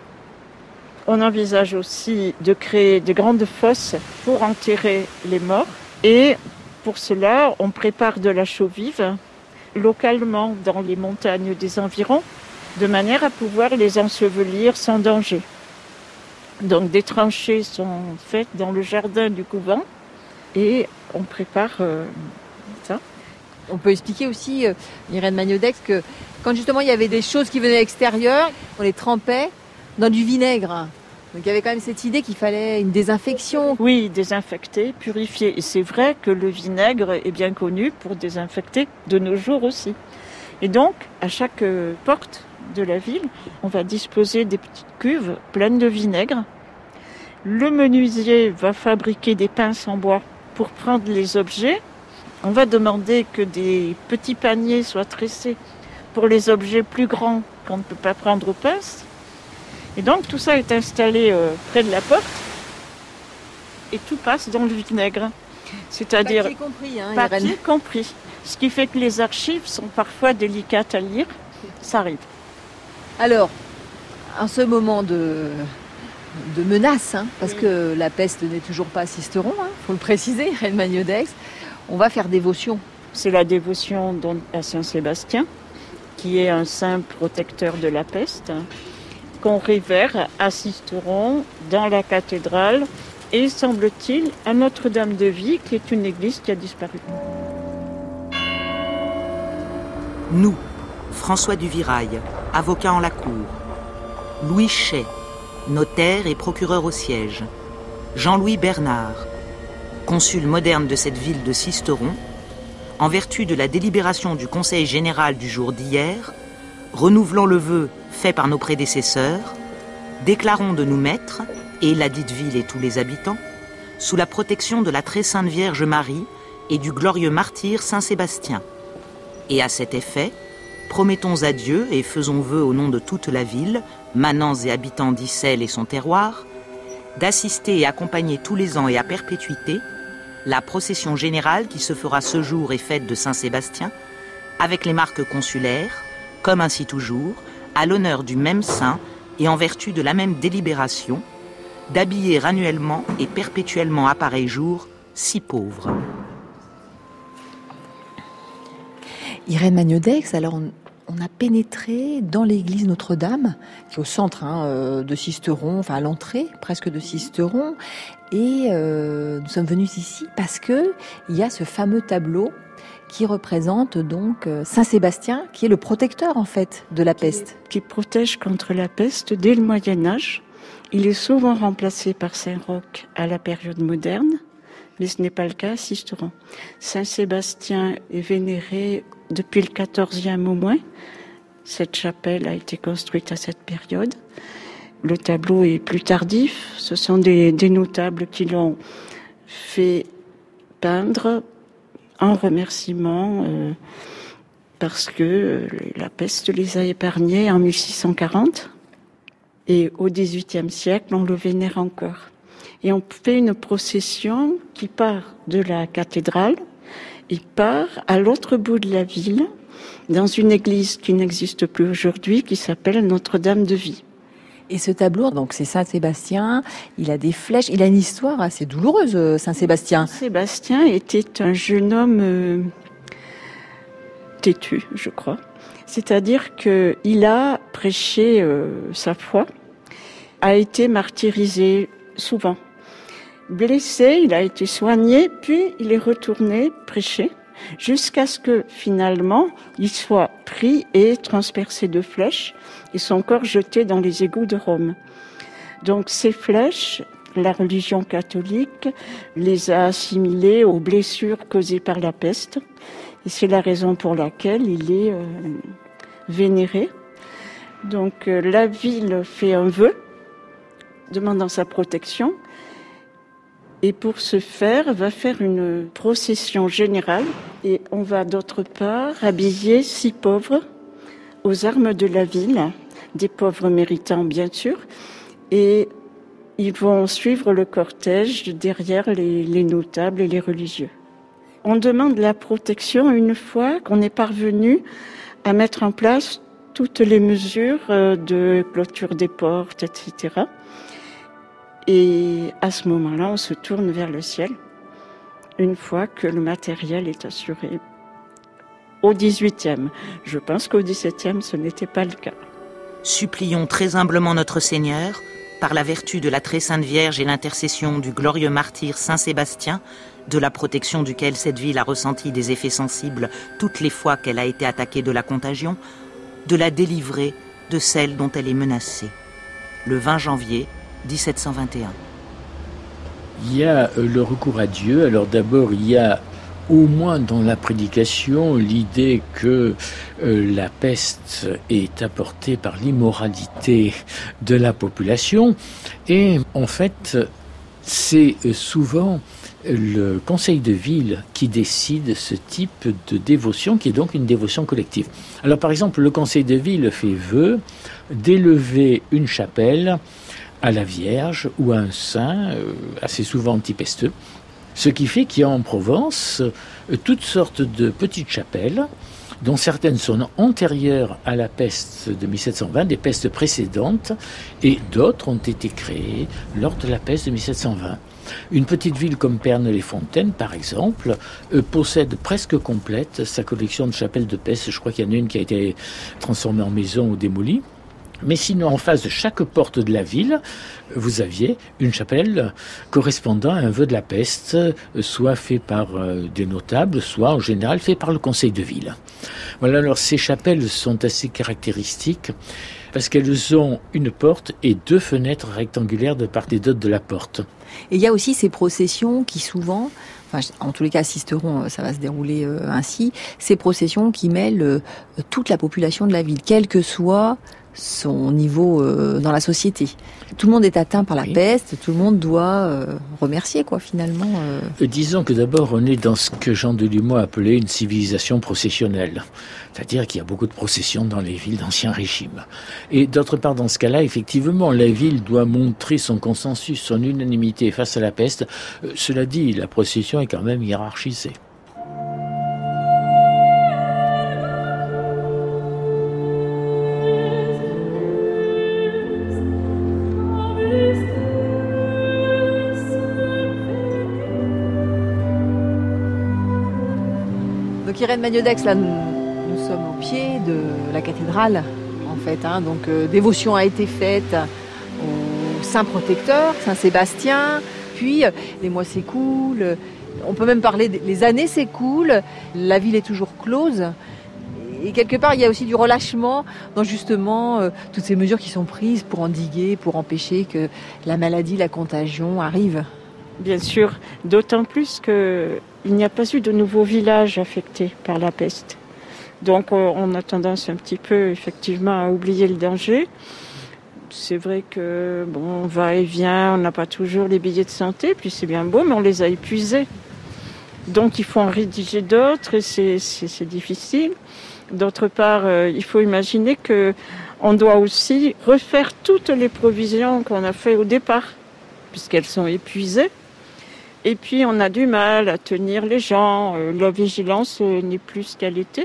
C: On envisage aussi de créer de grandes fosses pour enterrer les morts. Et pour cela, on prépare de la chaux-vive localement dans les montagnes des environs, de manière à pouvoir les ensevelir sans danger. Donc des tranchées sont faites dans le jardin du couvent et on prépare euh, ça.
B: On peut expliquer aussi, euh, Irène Magnodex, que quand justement il y avait des choses qui venaient de l'extérieur, on les trempait dans du vinaigre. Donc il y avait quand même cette idée qu'il fallait une désinfection.
C: Oui, désinfecter, purifier. Et c'est vrai que le vinaigre est bien connu pour désinfecter de nos jours aussi. Et donc, à chaque porte de la ville, on va disposer des petites cuves pleines de vinaigre. Le menuisier va fabriquer des pinces en bois pour prendre les objets. On va demander que des petits paniers soient tressés pour les objets plus grands qu'on ne peut pas prendre aux pinces. Et donc, tout ça est installé euh, près de la porte et tout passe dans le vinaigre. C'est-à-dire,
B: papier compris, hein,
C: papier
B: Irène.
C: compris. Ce qui fait que les archives sont parfois délicates à lire. Ça arrive.
B: Alors, en ce moment de, de menace, hein, parce
C: Oui.
B: que la peste n'est toujours pas à Sisteron, il hein, faut le préciser, Irène Magnodex, on va faire dévotion.
C: C'est la dévotion à Saint-Sébastien, qui est un saint protecteur de la peste, hein, qu'on révère à Sisteron, dans la cathédrale, et semble-t-il à Notre-Dame-de-Vie, qui est une église qui a disparu.
D: Nous, François Duvirail, avocat en la cour. Louis Chay, notaire et procureur au siège. Jean-Louis Bernard, consul moderne de cette ville de Sisteron, en vertu de la délibération du Conseil général du jour d'hier, renouvelons le vœu fait par nos prédécesseurs, déclarons de nous mettre, et la dite ville et tous les habitants, sous la protection de la très sainte Vierge Marie et du glorieux martyr Saint-Sébastien. Et à cet effet, promettons à Dieu et faisons vœu au nom de toute la ville, manants et habitants d'Issel et son terroir, d'assister et accompagner tous les ans et à perpétuité la procession générale qui se fera ce jour et fête de Saint-Sébastien, avec les marques consulaires, comme ainsi toujours, à l'honneur du même saint et en vertu de la même délibération, d'habiller annuellement et perpétuellement à pareil jour si pauvres.
E: Irène Magnodex, alors on, on a pénétré dans l'église Notre-Dame, qui est au centre hein, de Sisteron, enfin à l'entrée presque de Sisteron, et euh, nous sommes venus ici parce que il y a ce fameux tableau qui représente donc Saint-Sébastien, qui est le protecteur en fait de la peste.
C: Qui, qui protège contre la peste dès le Moyen-Âge. Il est souvent remplacé par Saint-Roch à la période moderne, mais ce n'est pas le cas à Sisteron. Saint-Sébastien est vénéré depuis le quatorzième au moins. Cette chapelle a été construite à cette période. Le tableau est plus tardif. Ce sont des, des notables qui l'ont fait peindre en remerciement euh, parce que euh, la peste les a épargnés en mille six cent quarante. Et au dix-huitième siècle, on le vénère encore. Et on fait une procession qui part de la cathédrale et part à l'autre bout de la ville, dans une église qui n'existe plus aujourd'hui, qui s'appelle Notre-Dame-de-Vie.
E: Et ce tableau, donc c'est Saint-Sébastien, il a des flèches, il a une histoire assez douloureuse, Saint-Sébastien.
C: Sébastien était un jeune homme euh, têtu, je crois. C'est-à-dire qu'il a prêché euh, sa foi, a été martyrisé souvent. Blessé, il a été soigné, puis il est retourné prêcher, jusqu'à ce que finalement il soit pris et transpercé de flèches et son corps jeté dans les égouts de Rome. Donc ces flèches, la religion catholique les a assimilées aux blessures causées par la peste, et c'est la raison pour laquelle il est euh, vénéré. Donc euh, la ville fait un vœu, demandant sa protection, et pour ce faire, va faire une procession générale, et on va d'autre part habiller six pauvres aux armes de la ville, des pauvres méritants bien sûr, et ils vont suivre le cortège derrière les, les notables et les religieux. On demande la protection une fois qu'on est parvenu à mettre en place toutes les mesures de clôture des portes, et cetera. Et à ce moment-là, on se tourne vers le ciel, une fois que le matériel est assuré. Au dix-huitième. Je pense qu'au dix-septième, ce n'était pas le cas.
D: Supplions très humblement notre Seigneur, par la vertu de la très sainte Vierge et l'intercession du glorieux martyr Saint-Sébastien, de la protection duquel cette ville a ressenti des effets sensibles toutes les fois qu'elle a été attaquée de la contagion, de la délivrer de celle dont elle est menacée. Le vingt janvier dix-sept cent vingt et un.
F: Il y a le recours à Dieu. Alors d'abord, il y a au moins dans la prédication, l'idée que euh, la peste est apportée par l'immoralité de la population. Et en fait, c'est souvent le conseil de ville qui décide ce type de dévotion, qui est donc une dévotion collective. Alors par exemple, le conseil de ville fait vœu d'élever une chapelle à la Vierge ou à un saint, euh, assez souvent antipesteux. Ce qui fait qu'il y a en Provence euh, toutes sortes de petites chapelles, dont certaines sont antérieures à la peste de mille sept cent vingt, des pestes précédentes, et d'autres ont été créées lors de la peste de mille sept cent vingt. Une petite ville comme Pernay-les-Fontaines, par exemple, euh, possède presque complète sa collection de chapelles de peste. Je crois qu'il y en a une qui a été transformée en maison ou démolie. Mais sinon, en face de chaque porte de la ville, vous aviez une chapelle correspondant à un vœu de la peste, soit fait par des notables, soit en général fait par le conseil de ville. Voilà, alors ces chapelles sont assez caractéristiques parce qu'elles ont une porte et deux fenêtres rectangulaires de part et d'autre de la porte.
E: Et il y a aussi ces processions qui souvent, enfin, en tous les cas assisteront, ça va se dérouler euh, ainsi, ces processions qui mêlent euh, toute la population de la ville, quel que soit son niveau euh, dans la société. Tout le monde est atteint par la oui. peste, tout le monde doit euh, remercier, quoi, finalement. Euh.
F: Disons que d'abord, on est dans ce que Jean Delumois appelait une civilisation processionnelle. C'est-à-dire qu'il y a beaucoup de processions dans les villes d'Ancien Régime. Et d'autre part, dans ce cas-là, effectivement, la ville doit montrer son consensus, son unanimité face à la peste. Euh, cela dit, la procession est quand même hiérarchisée.
B: Donc Irène Magnodex, là, nous, nous sommes au pied de la cathédrale, en fait. Hein, donc euh, dévotion a été faite au Saint Protecteur, Saint Sébastien, puis euh, les mois s'écoulent, on peut même parler des années s'écoulent, la ville est toujours close. Et quelque part, il y a aussi du relâchement dans justement euh, toutes ces mesures qui sont prises pour endiguer, pour empêcher que la maladie, la contagion arrive.
C: Bien sûr, d'autant plus qu'il n'y a pas eu de nouveaux villages affectés par la peste. Donc on a tendance un petit peu effectivement à oublier le danger. C'est vrai que bon, on va et vient, on n'a pas toujours les billets de santé, puis c'est bien beau, mais on les a épuisés. Donc il faut en rédiger d'autres et c'est, c'est, c'est difficile. D'autre part, euh, il faut imaginer qu'on doit aussi refaire toutes les provisions qu'on a faites au départ, puisqu'elles sont épuisées. Et puis on a du mal à tenir les gens, euh, la vigilance euh, n'est plus ce qu'elle était.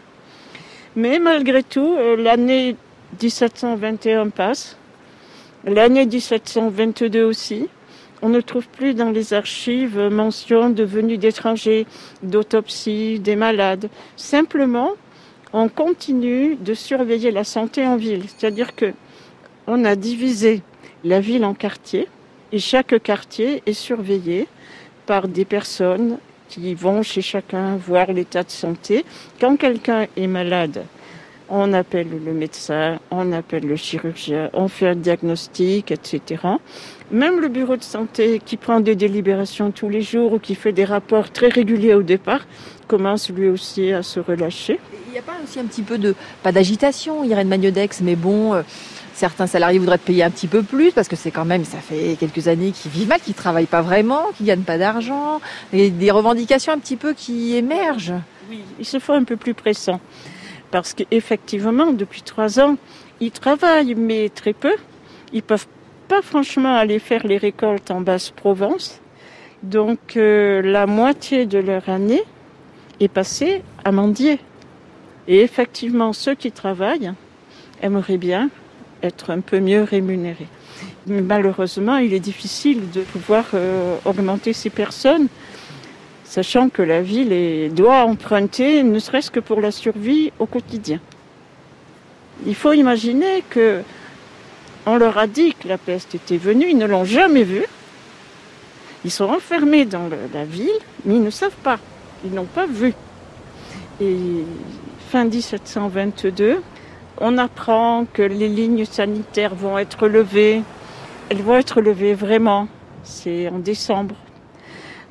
C: Mais malgré tout, euh, l'année dix-sept cent vingt et un passe, l'année dix-sept cent vingt-deux aussi. On ne trouve plus dans les archives mention de venue d'étrangers, d'autopsie, des malades. Simplement, on continue de surveiller la santé en ville. C'est-à-dire que on a divisé la ville en quartiers et chaque quartier est surveillé par des personnes qui vont chez chacun voir l'état de santé. Quand quelqu'un est malade, on appelle le médecin, on appelle le chirurgien, on fait un diagnostic, et cetera. Même le bureau de santé qui prend des délibérations tous les jours ou qui fait des rapports très réguliers au départ, commence lui aussi à se relâcher.
B: Il n'y a pas aussi un petit peu de, pas d'agitation, Irène Magnodex, mais bon, euh, certains salariés voudraient te payer un petit peu plus parce que c'est quand même, ça fait quelques années qu'ils vivent mal, qu'ils ne travaillent pas vraiment, qu'ils ne gagnent pas d'argent, et des revendications un petit peu qui émergent.
C: Oui, il se faut un peu plus pressant parce qu'effectivement, depuis trois ans, ils travaillent, mais très peu. Ils ne peuvent pas franchement aller faire les récoltes en Basse-Provence. Donc, euh, la moitié de leur année est passée à mendier. Et effectivement, ceux qui travaillent aimeraient bien être un peu mieux rémunérés. Mais malheureusement, il est difficile de pouvoir euh, augmenter ces personnes, sachant que la ville est, doit emprunter, ne serait-ce que pour la survie au quotidien. Il faut imaginer que on leur a dit que la peste était venue, ils ne l'ont jamais vue. Ils sont enfermés dans le, la ville, mais ils ne savent pas, ils n'ont pas vu. Et fin dix-sept cent vingt-deux, on apprend que les lignes sanitaires vont être levées. Elles vont être levées vraiment, c'est en décembre.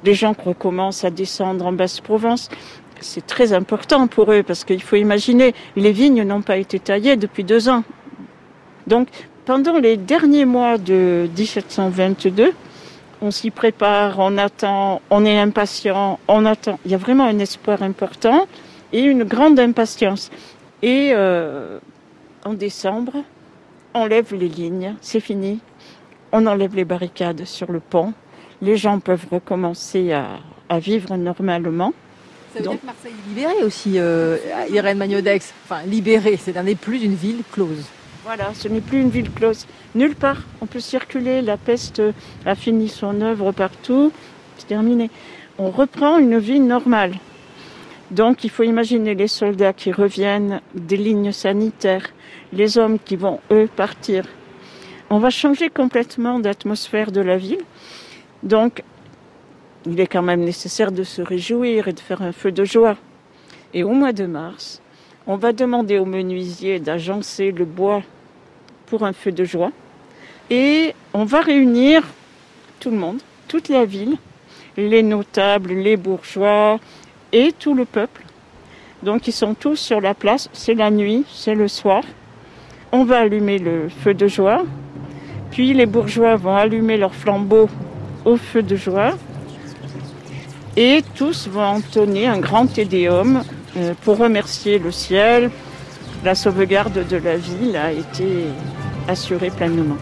C: Les gens recommencent à descendre en Basse-Provence. C'est très important pour eux parce qu'il faut imaginer, les vignes n'ont pas été taillées depuis deux ans. Donc, pendant les derniers mois de dix-sept cent vingt-deux, on s'y prépare, on attend, on est impatient, on attend. Il y a vraiment un espoir important et une grande impatience. Et euh, en décembre, on lève les lignes, c'est fini. On enlève les barricades sur le pont. Les gens peuvent recommencer à, à vivre normalement.
B: Ça veut Donc, dire que Marseille est libérée aussi, euh, Irène Magnodex. Enfin, libérée, c'est-à-dire n'est plus une ville close.
C: Voilà, ce n'est plus une ville close. Nulle part, on peut circuler. La peste a fini son œuvre partout. C'est terminé. On reprend une vie normale. Donc, il faut imaginer les soldats qui reviennent des lignes sanitaires, les hommes qui vont, eux, partir. On va changer complètement d'atmosphère de la ville. Donc, il est quand même nécessaire de se réjouir et de faire un feu de joie. Et au mois de mars, on va demander aux menuisiers d'agencer le bois pour un feu de joie. Et on va réunir tout le monde, toute la ville, les notables, les bourgeois et tout le peuple. Donc ils sont tous sur la place, c'est la nuit, c'est le soir. On va allumer le feu de joie, puis les bourgeois vont allumer leurs flambeaux au feu de joie et tous vont entonner un grand Te Deum pour remercier le ciel. La sauvegarde de la ville a été assurée pleinement.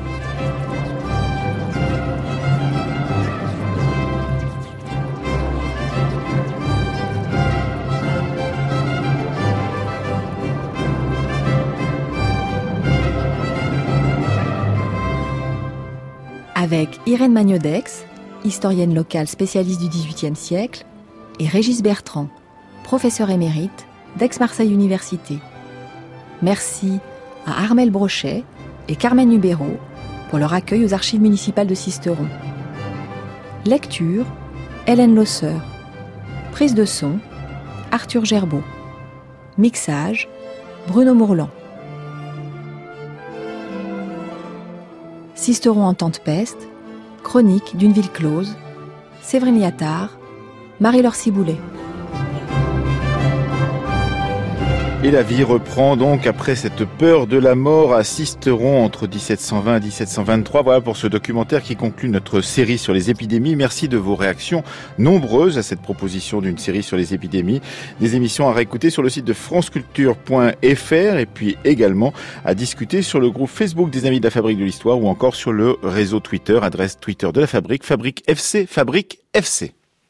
E: Avec Irène Magnodex, historienne locale spécialiste du dix-huitième siècle, et Régis Bertrand, professeur émérite d'Aix-Marseille Université. Merci à Armelle Brochet et Carmen Hubero pour leur accueil aux archives municipales de Sisteron. Lecture, Hélène Losseur. Prise de son, Arthur Gerbeau. Mixage, Bruno Mourlan. Sisteron en temps de peste, chronique d'une ville close, Séverine Liattard, Marie-Laure Ciboulet.
A: Et la vie reprend donc après cette peur de la mort à Sisteron entre dix-sept cent vingt et dix-sept cent vingt-trois. Voilà pour ce documentaire qui conclut notre série sur les épidémies. Merci de vos réactions nombreuses à cette proposition d'une série sur les épidémies. Des émissions à réécouter sur le site de franceculture point f r et puis également à discuter sur le groupe Facebook des Amis de la Fabrique de l'Histoire ou encore sur le réseau Twitter, adresse Twitter de la Fabrique, Fabrique F C, Fabrique F C.